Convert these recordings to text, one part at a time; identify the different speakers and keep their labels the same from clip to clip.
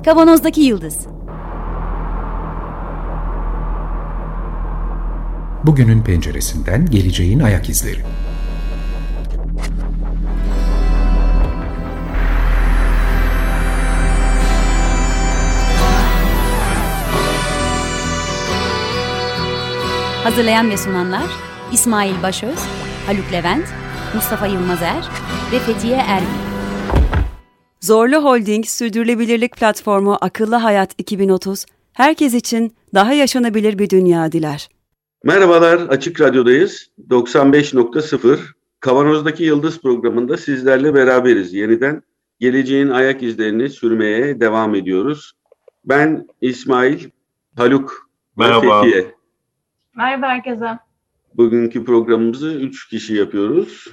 Speaker 1: Kavanozdaki Yıldız.
Speaker 2: Bugünün penceresinden geleceğin ayak izleri.
Speaker 1: Hazırlayan ve sunanlar İsmail Başöz, Haluk Levent, Mustafa Yılmazer ve Fethiye Erbil.
Speaker 3: Zorlu Holding Sürdürülebilirlik Platformu Akıllı Hayat 2030, herkes için daha yaşanabilir bir dünya diler.
Speaker 4: Merhabalar, Açık Radyo'dayız. 95.0 Kavanozdaki Yıldız programında sizlerle beraberiz. Yeniden geleceğin ayak izlerini sürmeye devam ediyoruz. Ben İsmail, Haluk ve Fethiye.
Speaker 5: Merhaba herkese.
Speaker 4: Bugünkü programımızı 3 kişi yapıyoruz.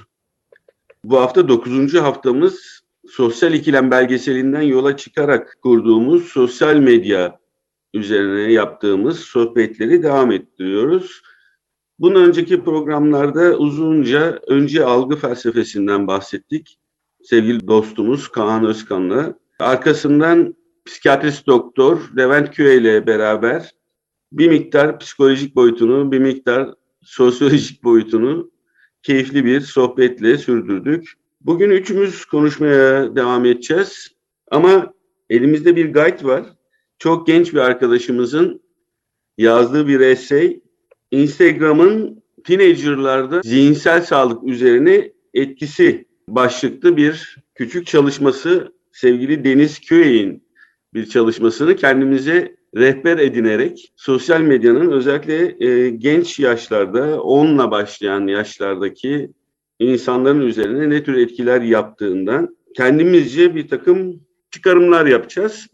Speaker 4: Bu hafta 9. haftamız Sosyal İkilem belgeselinden yola çıkarak kurduğumuz sosyal medya üzerine yaptığımız sohbetleri devam ettiriyoruz. Bundan önceki programlarda uzunca önce algı felsefesinden bahsettik. Sevgili dostumuz Kaan Özkan'la. Arkasından psikiyatrist doktor Levent Küre ile beraber bir miktar psikolojik boyutunu, bir miktar sosyolojik boyutunu keyifli bir sohbetle sürdürdük. Bugün üçümüz konuşmaya devam edeceğiz. Ama elimizde bir guide var. Çok genç bir arkadaşımızın yazdığı bir essay. Instagram'ın teenager'larda zihinsel sağlık üzerine etkisi başlıklı bir küçük çalışması. Sevgili Deniz Köyek'in bir çalışmasını kendimize rehber edinerek sosyal medyanın özellikle genç yaşlarda, 10'la başlayan yaşlardaki insanların üzerine ne tür etkiler yaptığından kendimizce bir takım çıkarımlar yapacağız.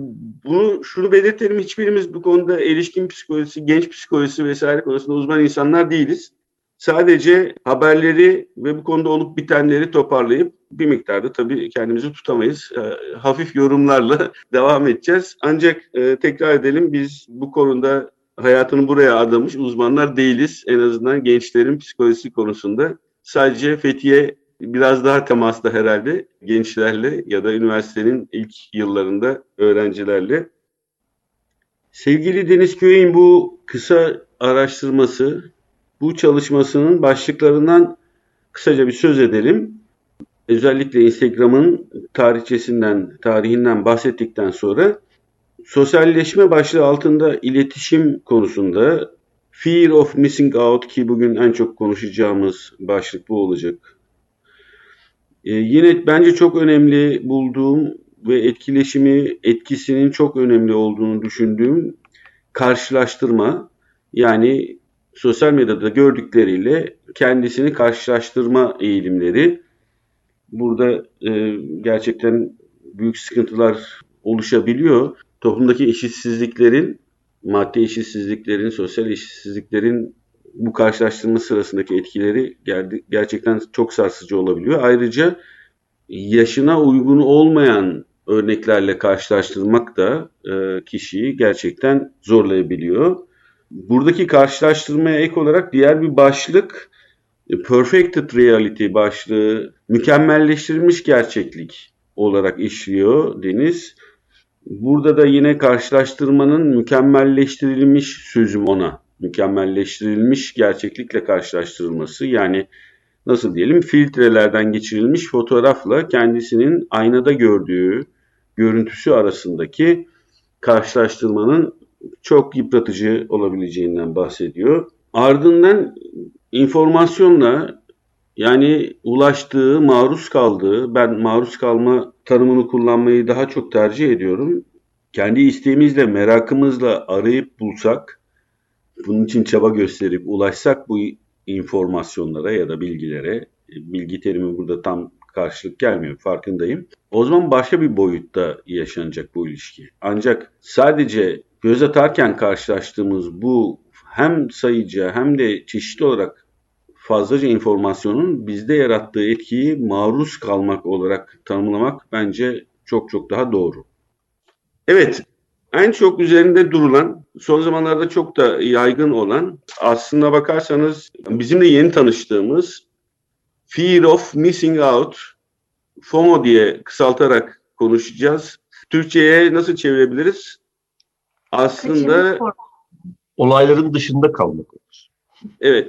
Speaker 4: Şunu belirtelim, hiçbirimiz bu konuda erişkin psikolojisi, genç psikolojisi vesaire konusunda uzman insanlar değiliz. Sadece haberleri ve bu konuda olup bitenleri toparlayıp bir miktarda tabii kendimizi tutamayız. Hafif yorumlarla devam edeceğiz. Ancak tekrar edelim, biz bu konuda hayatını buraya adamış uzmanlar değiliz. En azından gençlerin psikolojisi konusunda. Sadece Fethiye biraz daha temasta herhalde gençlerle ya da üniversitenin ilk yıllarında öğrencilerle. Sevgili Deniz Köyek'in bu kısa araştırması, bu çalışmasının başlıklarından kısaca bir söz edelim. Özellikle Instagram'ın tarihinden bahsettikten sonra sosyalleşme başlığı altında iletişim konusunda Fear of Missing Out, ki bugün en çok konuşacağımız başlık bu olacak. Yine bence çok önemli bulduğum ve etkisinin çok önemli olduğunu düşündüğüm karşılaştırma, yani sosyal medyada gördükleriyle kendisini karşılaştırma eğilimleri. Burada gerçekten büyük sıkıntılar oluşabiliyor. Toplumdaki eşitsizliklerin, maddi eşitsizliklerin, sosyal eşitsizliklerin bu karşılaştırma sırasındaki etkileri gerçekten çok sarsıcı olabiliyor. Ayrıca yaşına uygun olmayan örneklerle karşılaştırmak da kişiyi gerçekten zorlayabiliyor. Buradaki karşılaştırmaya ek olarak diğer bir başlık Perfected Reality başlığı, mükemmelleştirilmiş gerçeklik olarak işliyor Deniz. Burada da yine karşılaştırmanın mükemmelleştirilmiş, sözüm ona, mükemmelleştirilmiş gerçeklikle karşılaştırılması, yani nasıl diyelim, filtrelerden geçirilmiş fotoğrafla kendisinin aynada gördüğü görüntüsü arasındaki karşılaştırmanın çok yıpratıcı olabileceğinden bahsediyor. Ardından informasyonla, yani ulaştığı, maruz kaldığı, ben maruz kalma tanımını kullanmayı daha çok tercih ediyorum. Kendi isteğimizle, merakımızla arayıp bulsak, bunun için çaba gösterip ulaşsak bu informasyonlara ya da bilgilere, bilgi terimi burada tam karşılık gelmiyor, farkındayım. O zaman başka bir boyutta yaşanacak bu ilişki. Ancak sadece göz atarken karşılaştığımız bu hem sayıca hem de çeşitli olarak fazlaca informasyonun bizde yarattığı etkiyi maruz kalmak olarak tanımlamak bence çok çok daha doğru. Evet, en çok üzerinde durulan, son zamanlarda çok da yaygın olan, aslına bakarsanız bizim de yeni tanıştığımız Fear of Missing Out, FOMO diye kısaltarak konuşacağız. Türkçe'ye nasıl çevirebiliriz? Aslında
Speaker 6: olayların dışında kalmak olur.
Speaker 4: Evet.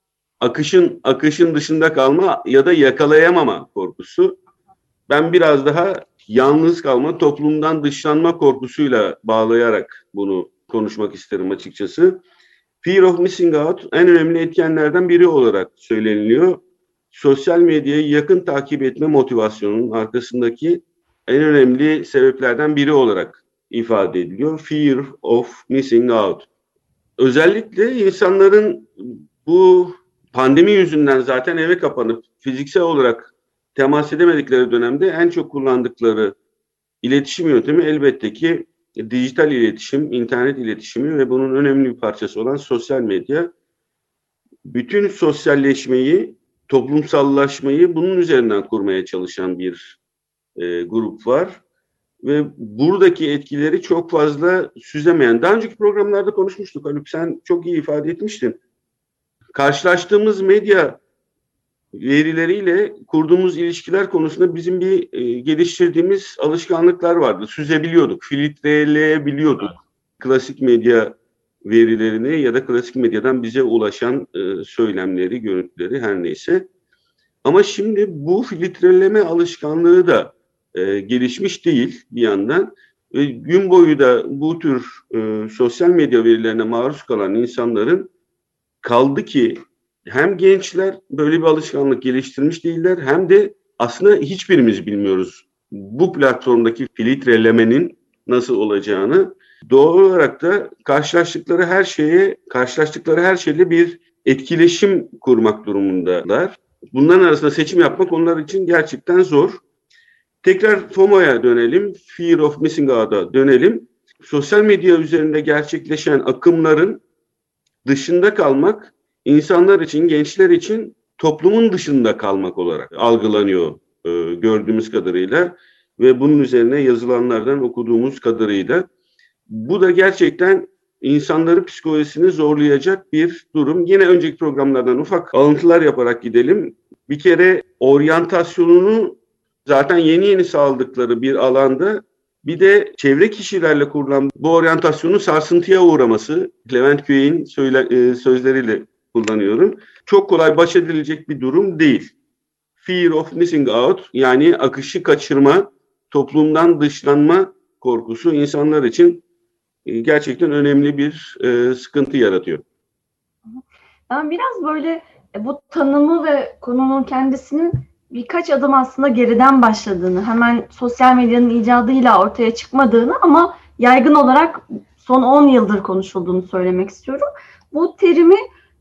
Speaker 4: Akışın dışında kalma ya da yakalayamama korkusu. Ben biraz daha yalnız kalma, toplumdan dışlanma korkusuyla bağlayarak bunu konuşmak isterim açıkçası. Fear of missing out en önemli etkenlerden biri olarak söyleniliyor. Sosyal medyayı yakın takip etme motivasyonunun arkasındaki en önemli sebeplerden biri olarak ifade ediliyor. Fear of missing out. Özellikle insanların bu pandemi yüzünden zaten eve kapanıp fiziksel olarak temas edemedikleri dönemde en çok kullandıkları iletişim yöntemi elbette ki dijital iletişim, internet iletişimi ve bunun önemli bir parçası olan sosyal medya. Bütün sosyalleşmeyi, toplumsallaşmayı bunun üzerinden kurmaya çalışan bir grup var. Ve buradaki etkileri çok fazla süzemeyen. Daha önceki programlarda konuşmuştuk Haluk, sen çok iyi ifade etmiştin. Karşılaştığımız medya verileriyle kurduğumuz ilişkiler konusunda bizim bir geliştirdiğimiz alışkanlıklar vardı. Süzebiliyorduk, filtreleyebiliyorduk klasik medya verilerini ya da klasik medyadan bize ulaşan söylemleri, görüntüleri her neyse. Ama şimdi bu filtreleme alışkanlığı da gelişmiş değil bir yandan. Gün boyu da bu tür sosyal medya verilerine maruz kalan insanların kaldı ki hem gençler böyle bir alışkanlık geliştirmiş değiller hem de aslında hiçbirimiz bilmiyoruz bu platformdaki filtrelemenin nasıl olacağını. Doğal olarak da karşılaştıkları her şeyle bir etkileşim kurmak durumundalar. Bunların arasında seçim yapmak onlar için gerçekten zor. Tekrar FOMO'ya dönelim, Fear of Missing Out'a dönelim. Sosyal medya üzerinde gerçekleşen akımların dışında kalmak, insanlar için, gençler için toplumun dışında kalmak olarak algılanıyor gördüğümüz kadarıyla ve bunun üzerine yazılanlardan okuduğumuz kadarıyla. Bu da gerçekten insanların psikolojisini zorlayacak bir durum. Yine önceki programlardan ufak alıntılar yaparak gidelim. Bir kere oryantasyonunu zaten yeni sağladıkları bir alanda bir de çevre kişilerle kurulan bu oryantasyonun sarsıntıya uğraması, Levent Köy'ün sözleriyle kullanıyorum. Çok kolay baş edilecek bir durum değil. Fear of missing out, yani akışı kaçırma, toplumdan dışlanma korkusu insanlar için gerçekten önemli bir sıkıntı yaratıyor.
Speaker 5: Ben biraz böyle bu tanımı ve konunun kendisinin birkaç adım aslında geriden başladığını, hemen sosyal medyanın icadıyla ortaya çıkmadığını ama yaygın olarak son 10 yıldır konuşulduğunu söylemek istiyorum. Bu terimi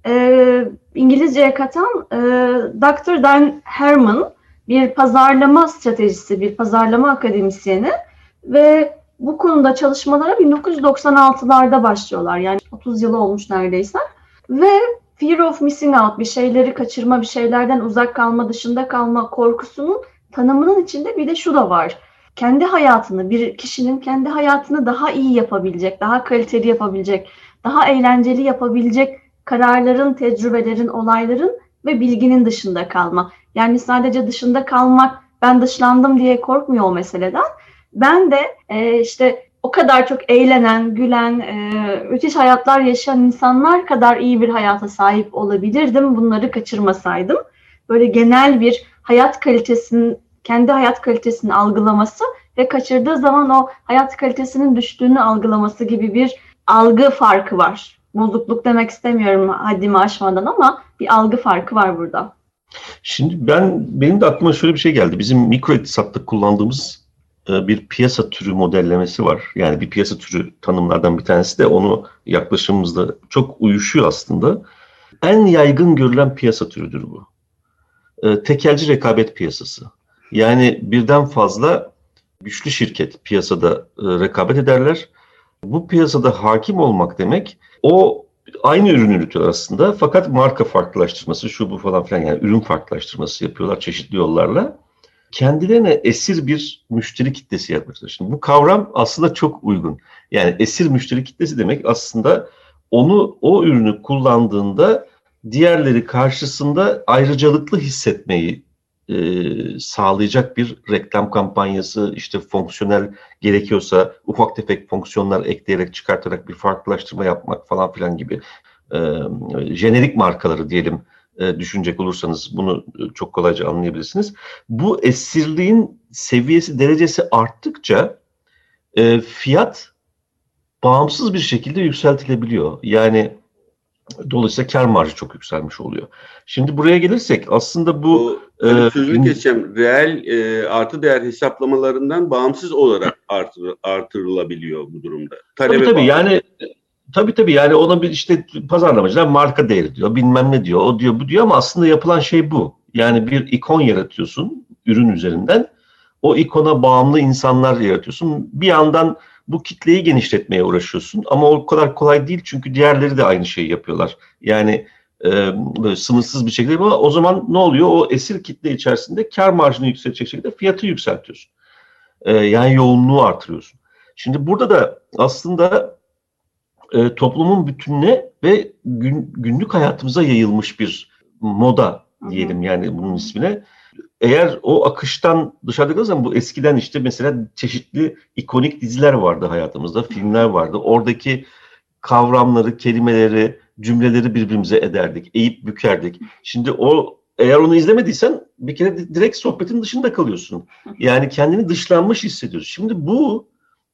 Speaker 5: İngilizceye katan Dr. Dan Harmon bir pazarlama stratejisi, bir pazarlama akademisyeni ve bu konuda çalışmalara 1996'larda başlıyorlar. Yani 30 yılı olmuş neredeyse. Ve Fear of missing out, bir şeyleri kaçırma, bir şeylerden uzak kalma, dışında kalma korkusunun tanımının içinde bir de şu da var. Kendi hayatını, bir kişinin kendi hayatını daha iyi yapabilecek, daha kaliteli yapabilecek, daha eğlenceli yapabilecek kararların, tecrübelerin, olayların ve bilginin dışında kalma. Yani sadece dışında kalmak, ben dışlandım diye korkmuyor o meseleden. Ben de işte o kadar çok eğlenen, gülen, müthiş hayatlar yaşayan insanlar kadar iyi bir hayata sahip olabilirdim bunları kaçırmasaydım. Böyle genel bir hayat kalitesinin, kendi hayat kalitesini algılaması ve kaçırdığı zaman o hayat kalitesinin düştüğünü algılaması gibi bir algı farkı var. Bozukluk demek istemiyorum haddimi aşmadan ama bir algı farkı var burada.
Speaker 6: Şimdi benim de aklıma şöyle bir şey geldi. Bizim mikro iktisatta kullandığımız bir piyasa türü modellemesi var. Yani bir piyasa türü tanımlardan bir tanesi de onu yaklaşımımızda çok uyuşuyor aslında. En yaygın görülen piyasa türüdür bu. Tekelci rekabet piyasası. Yani birden fazla güçlü şirket piyasada rekabet ederler. Bu piyasada hakim olmak demek, o aynı ürünü üretiyorlar aslında fakat marka farklılaştırması, şu bu falan filan, yani ürün farklılaştırması yapıyorlar çeşitli yollarla. Kendilerine esir bir müşteri kitlesi yapmışlar. Şimdi bu kavram aslında çok uygun. Yani esir müşteri kitlesi demek aslında o ürünü kullandığında diğerleri karşısında ayrıcalıklı hissetmeyi sağlayacak bir reklam kampanyası, işte fonksiyonel gerekiyorsa ufak tefek fonksiyonlar ekleyerek çıkartarak bir farklılaştırma yapmak falan filan gibi jenerik markaları diyelim düşünecek olursanız bunu çok kolayca anlayabilirsiniz. Bu esirliğin seviyesi, derecesi arttıkça fiyat bağımsız bir şekilde yükseltilebiliyor. Yani dolayısıyla kar marjı çok yükselmiş oluyor. Şimdi buraya gelirsek aslında bu
Speaker 4: sözünü keseceğim. Reel artı değer hesaplamalarından bağımsız olarak artırılabiliyor bu durumda.
Speaker 6: Tabii yani tabii yani ona bir işte pazarlamacılar marka değeri diyor, bilmem ne diyor, o diyor, bu diyor ama aslında yapılan şey bu. Yani bir ikon yaratıyorsun ürün üzerinden. O ikona bağımlı insanlar yaratıyorsun. Bir yandan bu kitleyi genişletmeye uğraşıyorsun ama o kadar kolay değil çünkü diğerleri de aynı şeyi yapıyorlar. Yani böyle sınırsız bir şekilde ama o zaman ne oluyor? O esir kitle içerisinde kar marjını yükseltecek şekilde fiyatı yükseltiyorsun. Yani yoğunluğu artırıyorsun. Şimdi burada da aslında toplumun bütününe ve günlük hayatımıza yayılmış bir moda diyelim yani bunun ismine. Eğer o akıştan dışarıda kalırsan bu eskiden işte mesela çeşitli ikonik diziler vardı hayatımızda, filmler vardı. Oradaki kavramları, kelimeleri, cümleleri birbirimize ederdik, eğip bükerdik. Şimdi eğer onu izlemediysen bir kere direkt sohbetin dışında kalıyorsun. Yani kendini dışlanmış hissediyorsun. Şimdi bu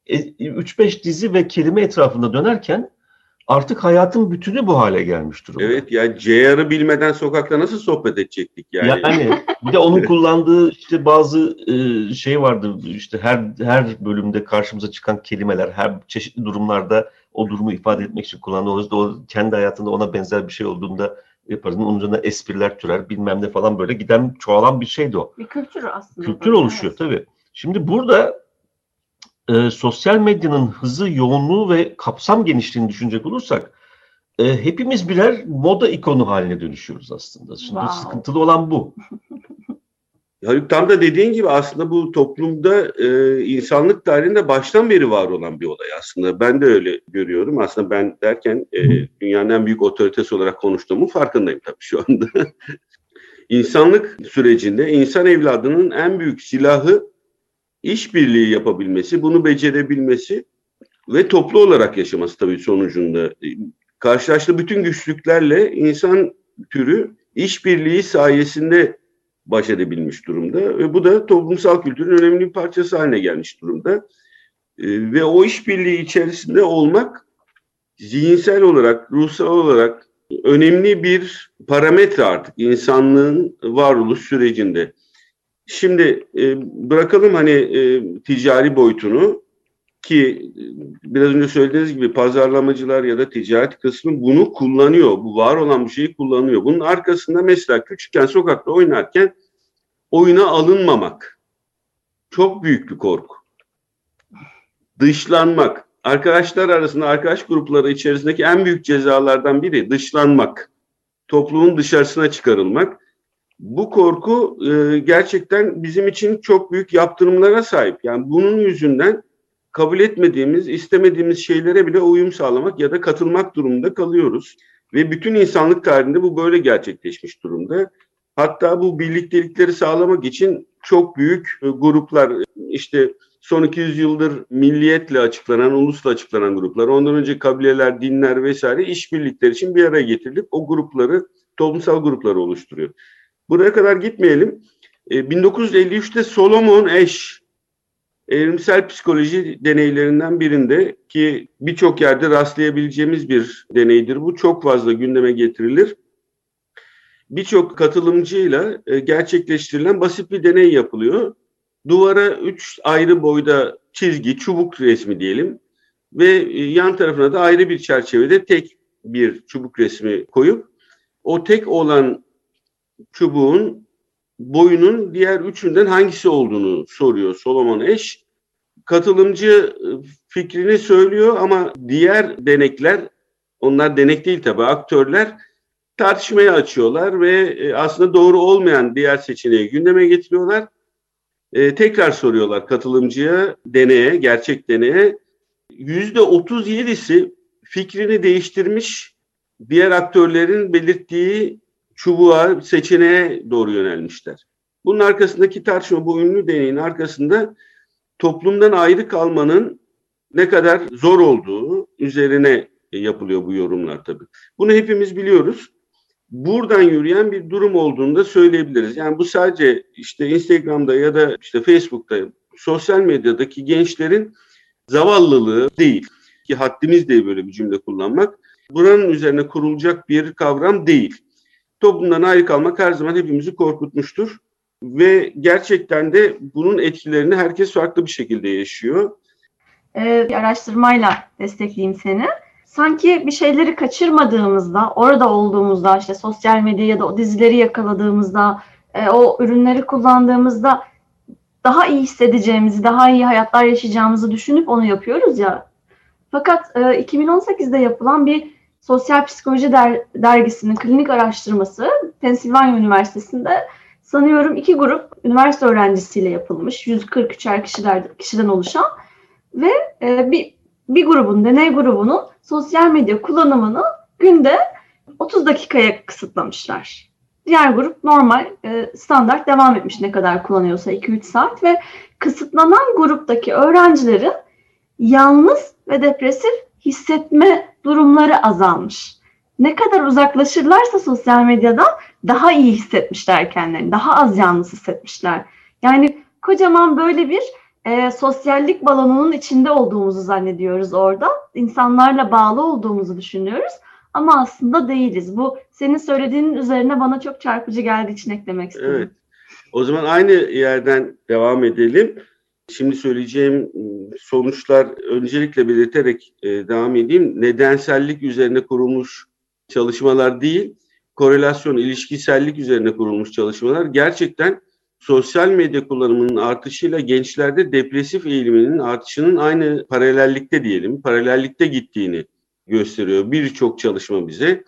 Speaker 6: 3-5 dizi ve kelime etrafında dönerken artık hayatın bütünü bu hale gelmiş durumda.
Speaker 4: Evet ya, CR'ı bilmeden sokakta nasıl sohbet edecektik yani?
Speaker 6: Yani bir de onun kullandığı işte bazı şey vardı işte her bölümde karşımıza çıkan kelimeler her çeşitli durumlarda o durumu ifade etmek için kullandığı o kendi hayatında ona benzer bir şey olduğunda yaparız. Onun üzerine espriler türer bilmem ne falan böyle giden çoğalan bir şeydi o.
Speaker 5: Bir kültür aslında.
Speaker 6: Kültür oluşuyor tabii. Şimdi burada sosyal medyanın hızı, yoğunluğu ve kapsam genişliğini düşünecek olursak hepimiz birer moda ikonu haline dönüşüyoruz aslında. Şimdi sıkıntılı olan bu.
Speaker 4: Haluk, tam da dediğin gibi aslında bu toplumda insanlık tarihinde baştan beri var olan bir olay aslında. Ben de öyle görüyorum. Aslında ben derken dünyanın en büyük otoritesi olarak konuştuğumun farkındayım tabii şu anda. İnsanlık sürecinde insan evladının en büyük silahı işbirliği yapabilmesi, bunu becerebilmesi ve toplu olarak yaşaması tabii sonucunda. Karşılaştığı bütün güçlüklerle insan türü işbirliği sayesinde baş edebilmiş durumda. Ve bu da toplumsal kültürün önemli bir parçası haline gelmiş durumda. Ve o işbirliği içerisinde olmak zihinsel olarak, ruhsal olarak önemli bir parametre artık insanlığın varoluş sürecinde. Şimdi bırakalım hani ticari boyutunu ki biraz önce söylediğiniz gibi pazarlamacılar ya da ticaret kısmı bunu kullanıyor. Bu var olan bir şeyi kullanıyor. Bunun arkasında mesela küçükken sokakta oynarken oyuna alınmamak çok büyük bir korku. Dışlanmak. Arkadaşlar arasında, arkadaş grupları içerisindeki en büyük cezalardan biri dışlanmak. Toplumun dışarısına çıkarılmak. Bu korku gerçekten bizim için çok büyük yaptırımlara sahip. Yani bunun yüzünden kabul etmediğimiz, istemediğimiz şeylere bile uyum sağlamak ya da katılmak durumunda kalıyoruz. Ve bütün insanlık tarihinde bu böyle gerçekleşmiş durumda. Hatta bu birliktelikleri sağlamak için çok büyük gruplar, işte son 200 yıldır milliyetle açıklanan, ulusla açıklanan gruplar, ondan önce kabileler, dinler vesaire işbirlikleri için bir araya getirilip o grupları, toplumsal grupları oluşturuyor. Buraya kadar gitmeyelim. 1953'te Solomon Asch, evrimsel psikoloji deneylerinden birinde ki birçok yerde rastlayabileceğimiz bir deneydir. Bu çok fazla gündeme getirilir. Birçok katılımcıyla gerçekleştirilen basit bir deney yapılıyor. Duvara 3 ayrı boyda çizgi, çubuk resmi diyelim ve yan tarafına da ayrı bir çerçevede tek bir çubuk resmi koyup o tek olan çubuğun boyunun diğer üçünden hangisi olduğunu soruyor Solomon Asch. Katılımcı fikrini söylüyor ama diğer denekler, onlar denek değil tabii, aktörler tartışmaya açıyorlar ve aslında doğru olmayan diğer seçeneği gündeme getiriyorlar. Tekrar soruyorlar katılımcıya, deneye, gerçek deneye. %37'si fikrini değiştirmiş, diğer aktörlerin belirttiği çubuğa, seçeneğe doğru yönelmişler. Bunun arkasındaki tartışma, bu ünlü deneyin arkasında toplumdan ayrı kalmanın ne kadar zor olduğu üzerine yapılıyor bu yorumlar tabii. Bunu hepimiz biliyoruz. Buradan yürüyen bir durum olduğunu da söyleyebiliriz. Yani bu sadece işte Instagram'da ya da işte Facebook'ta, sosyal medyadaki gençlerin zavallılığı değil. Ki haddimiz değil böyle bir cümle kullanmak. Buranın üzerine kurulacak bir kavram değil. Toplumdan ayrı kalmak her zaman hepimizi korkutmuştur. Ve gerçekten de bunun etkilerini herkes farklı bir şekilde yaşıyor.
Speaker 5: Bir araştırmayla destekleyeyim seni. Sanki bir şeyleri kaçırmadığımızda, orada olduğumuzda, işte sosyal medya ya da o dizileri yakaladığımızda, o ürünleri kullandığımızda daha iyi hissedeceğimizi, daha iyi hayatlar yaşayacağımızı düşünüp onu yapıyoruz ya. Fakat 2018'de yapılan bir sosyal psikoloji dergisinin klinik araştırması Pennsylvania Üniversitesi'nde sanıyorum 2 grup üniversite öğrencisiyle yapılmış. 143'er kişiden oluşan ve bir grubun, deney grubunun sosyal medya kullanımını günde 30 dakikaya kısıtlamışlar. Diğer grup normal, standart devam etmiş ne kadar kullanıyorsa 2-3 saat ve kısıtlanan gruptaki öğrencilerin yalnız ve depresif hissetme durumları azalmış. Ne kadar uzaklaşırlarsa sosyal medyadan daha iyi hissetmişler kendilerini, daha az yalnız hissetmişler. Yani kocaman böyle bir sosyallik balonunun içinde olduğumuzu zannediyoruz orada. İnsanlarla bağlı olduğumuzu düşünüyoruz ama aslında değiliz. Bu senin söylediğinin üzerine bana çok çarpıcı geldiği için eklemek istedim.
Speaker 4: Evet. O zaman aynı yerden devam edelim. Şimdi söyleyeceğim sonuçlar öncelikle belirterek devam edeyim. Nedensellik üzerine kurulmuş çalışmalar değil, korelasyon, ilişkisellik üzerine kurulmuş çalışmalar gerçekten sosyal medya kullanımının artışıyla gençlerde depresif eğiliminin artışının aynı paralellikte diyelim, paralellikte gittiğini gösteriyor birçok çalışma bize.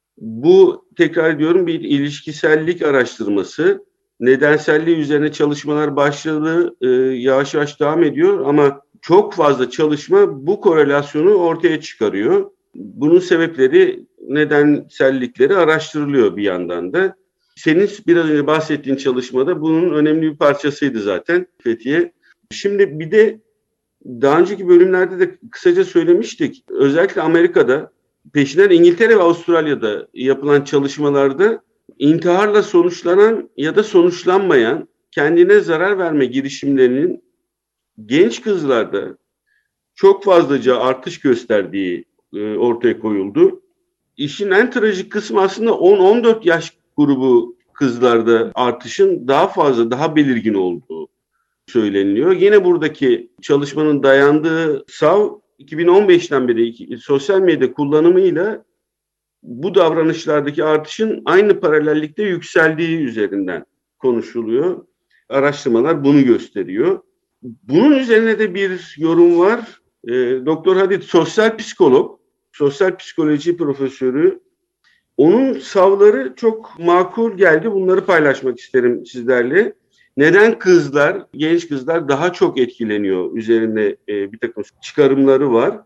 Speaker 4: Bu, tekrar ediyorum, bir ilişkisellik araştırması. Nedenselliği üzerine çalışmalar başladı, yavaş yavaş devam ediyor ama çok fazla çalışma bu korelasyonu ortaya çıkarıyor. Bunun sebepleri, nedensellikleri araştırılıyor bir yandan da. Senin biraz önce bahsettiğin çalışmada bunun önemli bir parçasıydı zaten Fethiye. Şimdi bir de daha önceki bölümlerde de kısaca söylemiştik. Özellikle Amerika'da, peşinden İngiltere ve Avustralya'da yapılan çalışmalarda intiharla sonuçlanan ya da sonuçlanmayan kendine zarar verme girişimlerinin genç kızlarda çok fazlaca artış gösterdiği ortaya koyuldu. İşin en trajik kısmı aslında 10-14 yaş grubu kızlarda artışın daha fazla, daha belirgin olduğu söyleniliyor. Yine buradaki çalışmanın dayandığı sav 2015'ten beri sosyal medya kullanımıyla bu davranışlardaki artışın aynı paralellikte yükseldiği üzerinden konuşuluyor. Araştırmalar bunu gösteriyor. Bunun üzerine de bir yorum var. Doktor Hadid sosyal psikolog, sosyal psikoloji profesörü. Onun savları çok makul geldi. Bunları paylaşmak isterim sizlerle. Neden kızlar, genç kızlar daha çok etkileniyor üzerine bir takım çıkarımları var.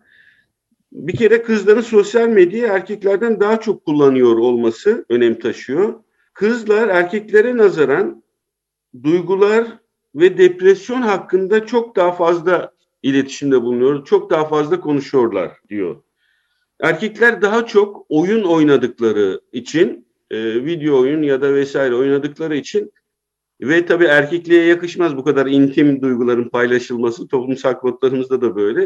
Speaker 4: Bir kere kızların sosyal medyayı erkeklerden daha çok kullanıyor olması önem taşıyor. Kızlar erkeklere nazaran duygular ve depresyon hakkında çok daha fazla iletişimde bulunuyor, çok daha fazla konuşuyorlar diyor. Erkekler daha çok oyun oynadıkları için, video oyun ya da vesaire oynadıkları için ve tabii erkekliğe yakışmaz bu kadar intim duyguların paylaşılması, toplumsal kodlarımızda da böyle.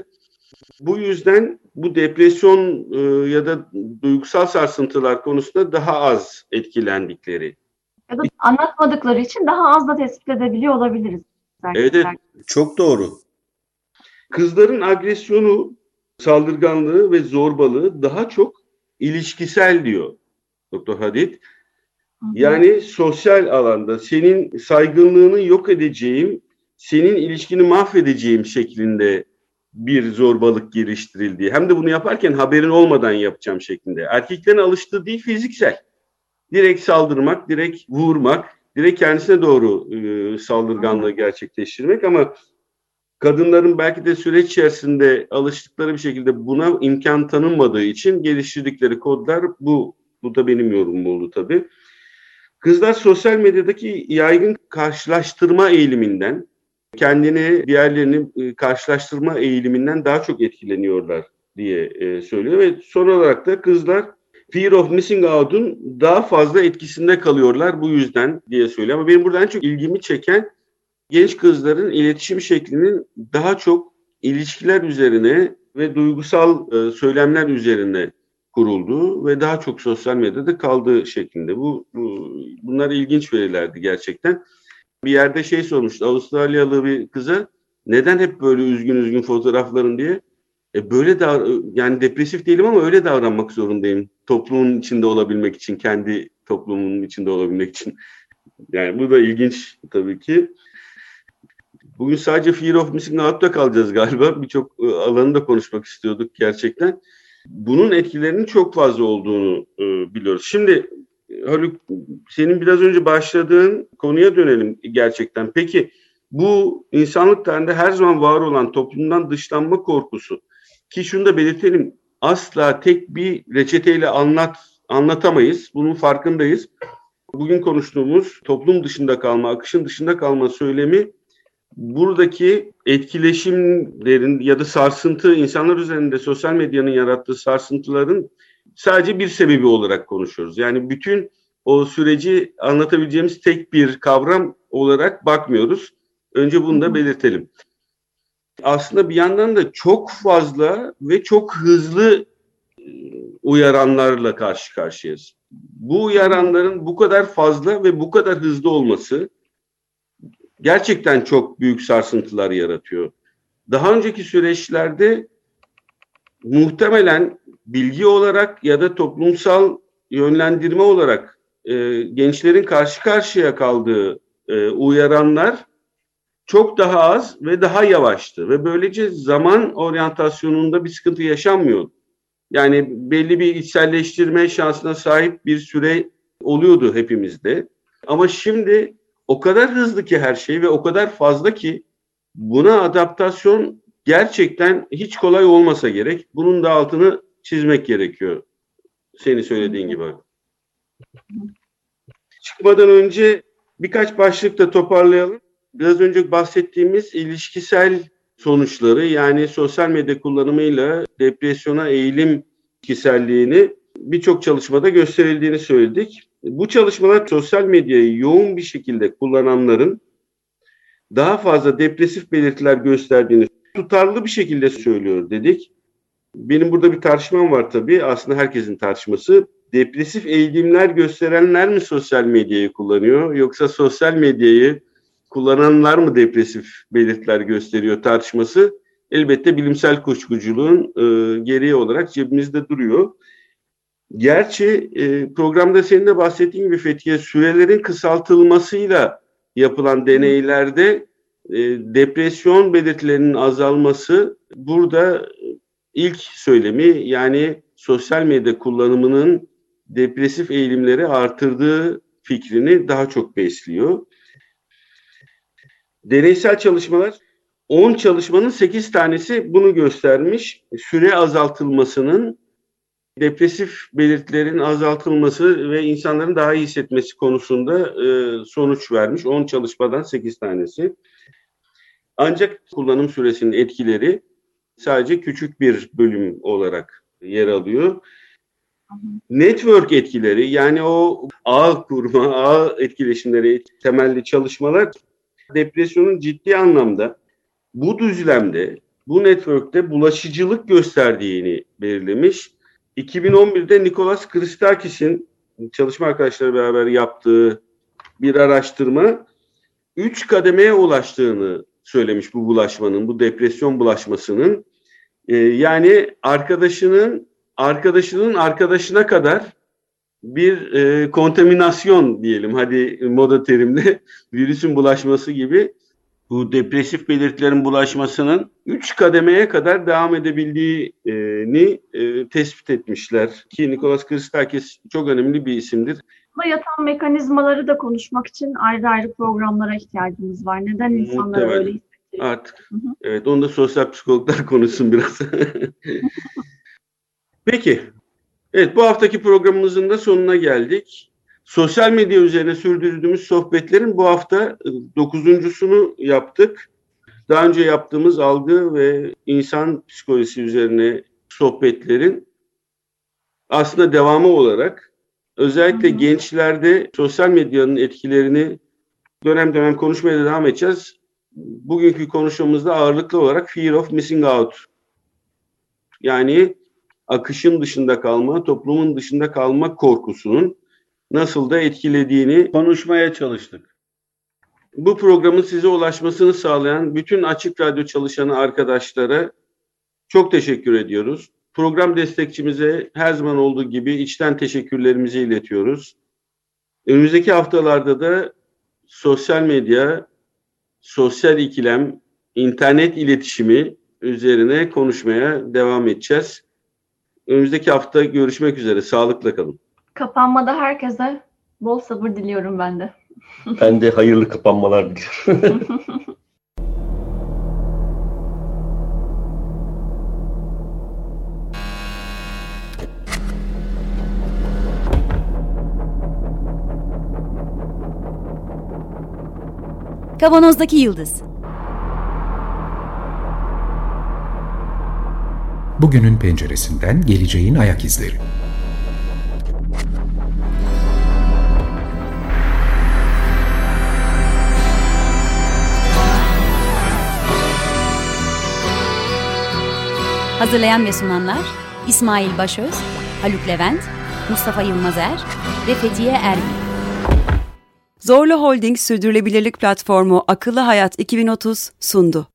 Speaker 4: Bu yüzden bu depresyon ya da duygusal sarsıntılar konusunda daha az etkilendikleri.
Speaker 5: Ya da anlatmadıkları için daha az da tespit edebiliyor olabiliriz.
Speaker 4: Evet, çok doğru. Kızların agresyonu, saldırganlığı ve zorbalığı daha çok ilişkisel diyor Doktor Hadid. Yani sosyal alanda senin saygınlığını yok edeceğim, senin ilişkini mahvedeceğim şeklinde bir zorbalık geliştirildiği. Hem de bunu yaparken haberin olmadan yapacağım şeklinde. Erkeklerin alıştığı değil, fiziksel. Direkt saldırmak, direkt vurmak, direkt kendisine doğru saldırganlığı gerçekleştirmek ama kadınların belki de süreç içerisinde alıştıkları bir şekilde buna imkan tanınmadığı için geliştirdikleri kodlar bu. Bu da benim yorumum oldu tabii. Kızlar sosyal medyadaki yaygın karşılaştırma eğiliminden, kendini diğerlerini karşılaştırma eğiliminden daha çok etkileniyorlar diye söylüyor ve son olarak da kızlar fear of missing out'un daha fazla etkisinde kalıyorlar bu yüzden diye söylüyor. Ama benim burada en çok ilgimi çeken genç kızların iletişim şeklinin daha çok ilişkiler üzerine ve duygusal söylemler üzerine kurulduğu ve daha çok sosyal medyada kaldığı şeklinde. Bunlar ilginç verilerdi gerçekten. Bir yerde sormuştu Avustralyalı bir kıza, neden hep böyle üzgün fotoğrafların diye. Böyle yani depresif değilim ama öyle davranmak zorundayım. Toplumun içinde olabilmek için, kendi toplumumun içinde olabilmek için. Yani bu da ilginç tabii ki. Bugün sadece fear of missing out'ta kalacağız galiba. Birçok alanı da konuşmak istiyorduk gerçekten. Bunun etkilerinin çok fazla olduğunu biliyoruz. Şimdi Haluk, senin biraz önce başladığın konuya dönelim gerçekten. Peki bu insanlık tarihinde her zaman var olan toplumdan dışlanma korkusu, ki şunu da belirtelim, asla tek bir reçeteyle anlatamayız. Bunun farkındayız. Bugün konuştuğumuz toplum dışında kalma, akışın dışında kalma söylemi buradaki etkileşimlerin ya da sarsıntı, insanlar üzerinde sosyal medyanın yarattığı sarsıntıların sadece bir sebebi olarak konuşuyoruz. Yani bütün o süreci anlatabileceğimiz tek bir kavram olarak bakmıyoruz. Önce bunu da belirtelim. Aslında bir yandan da çok fazla ve çok hızlı uyaranlarla karşı karşıyayız. Bu uyaranların bu kadar fazla ve bu kadar hızlı olması gerçekten çok büyük sarsıntılar yaratıyor. Daha önceki süreçlerde muhtemelen bilgi olarak ya da toplumsal yönlendirme olarak gençlerin karşı karşıya kaldığı uyaranlar çok daha az ve daha yavaştı ve böylece zaman oryantasyonunda bir sıkıntı yaşanmıyordu. Yani belli bir içselleştirme şansına sahip bir süre oluyordu hepimizde. Ama şimdi o kadar hızlı ki her şey ve o kadar fazla ki buna adaptasyon gerçekten hiç kolay olmasa gerek. Bunun da altını çizmek gerekiyor. Senin söylediğin gibi. Çıkmadan önce birkaç başlıkta toparlayalım. Biraz önce bahsettiğimiz ilişkisel sonuçları, yani sosyal medya kullanımıyla depresyona eğilim ilişkiselliğini birçok çalışmada gösterildiğini söyledik. Bu çalışmalar sosyal medyayı yoğun bir şekilde kullananların daha fazla depresif belirtiler gösterdiğini tutarlı bir şekilde söylüyor dedik. Benim burada bir tartışmam var tabii. Aslında herkesin tartışması. Depresif eğilimler gösterenler mi sosyal medyayı kullanıyor, yoksa sosyal medyayı kullananlar mı depresif belirtiler gösteriyor tartışması elbette bilimsel kuşkuculuğun gereği olarak cebimizde duruyor. Gerçi programda senin de bahsettiğin gibi Fethiye, sürelerin kısaltılmasıyla yapılan deneylerde depresyon belirtilerinin azalması burada ilk söylemi, yani sosyal medya kullanımının depresif eğilimleri artırdığı fikrini daha çok besliyor. Deneysel çalışmalar, 10 çalışmanın 8 tanesi bunu göstermiş. Süre azaltılmasının depresif belirtilerin azaltılması ve insanların daha iyi hissetmesi konusunda sonuç vermiş. 10 çalışmadan 8 tanesi. Ancak kullanım süresinin etkileri sadece küçük bir bölüm olarak yer alıyor. Network etkileri, yani o ağ kurma, ağ etkileşimleri temelli çalışmalar depresyonun ciddi anlamda bu düzlemde, bu network'te bulaşıcılık gösterdiğini belirlemiş. 2011'de Nikolas Christakis'in çalışma arkadaşları beraber yaptığı bir araştırma 3 kademeye ulaştığını söylemiş bu bulaşmanın, bu depresyon bulaşmasının. Yani arkadaşının arkadaşına kadar bir kontaminasyon diyelim, hadi moda terimle, virüsün bulaşması gibi bu depresif belirtilerin bulaşmasının 3 kademeye kadar devam edebildiğini tespit etmişler. Ki Nikolas Christakis çok önemli bir isimdir.
Speaker 5: Buna yatan mekanizmaları da konuşmak için ayrı ayrı programlara ihtiyacımız var. Neden insanlar öyle hissediyor?
Speaker 4: Artık. Evet, onu da sosyal psikologlar konuşsun biraz. Peki. Evet, bu haftaki programımızın da sonuna geldik. Sosyal medya üzerine sürdürdüğümüz sohbetlerin bu hafta 9.sunu yaptık. Daha önce yaptığımız algı ve insan psikolojisi üzerine sohbetlerin aslında devamı olarak özellikle gençlerde sosyal medyanın etkilerini dönem dönem konuşmaya da devam edeceğiz. Bugünkü konuşmamızda ağırlıklı olarak fear of missing out, yani akışın dışında kalma, toplumun dışında kalma korkusunun nasıl da etkilediğini konuşmaya çalıştık. Bu programın size ulaşmasını sağlayan bütün Açık Radyo çalışanı arkadaşlara çok teşekkür ediyoruz. Program destekçimize her zaman olduğu gibi içten teşekkürlerimizi iletiyoruz. Önümüzdeki haftalarda da sosyal medya, sosyal ikilem, internet iletişimi üzerine konuşmaya devam edeceğiz. Önümüzdeki hafta görüşmek üzere. Sağlıkla kalın.
Speaker 5: Kapanmada herkese bol sabır diliyorum ben de.
Speaker 6: Ben de hayırlı kapanmalar diliyorum.
Speaker 1: Kavanozdaki Yıldız.
Speaker 2: Bugünün penceresinden geleceğin ayak izleri.
Speaker 1: Hazırlayan ve sunanlar İsmail Başöz, Haluk Levent, Mustafa Yılmazer ve Fethiye Erbil.
Speaker 3: Zorlu Holding Sürdürülebilirlik Platformu Akıllı Hayat 2030 sundu.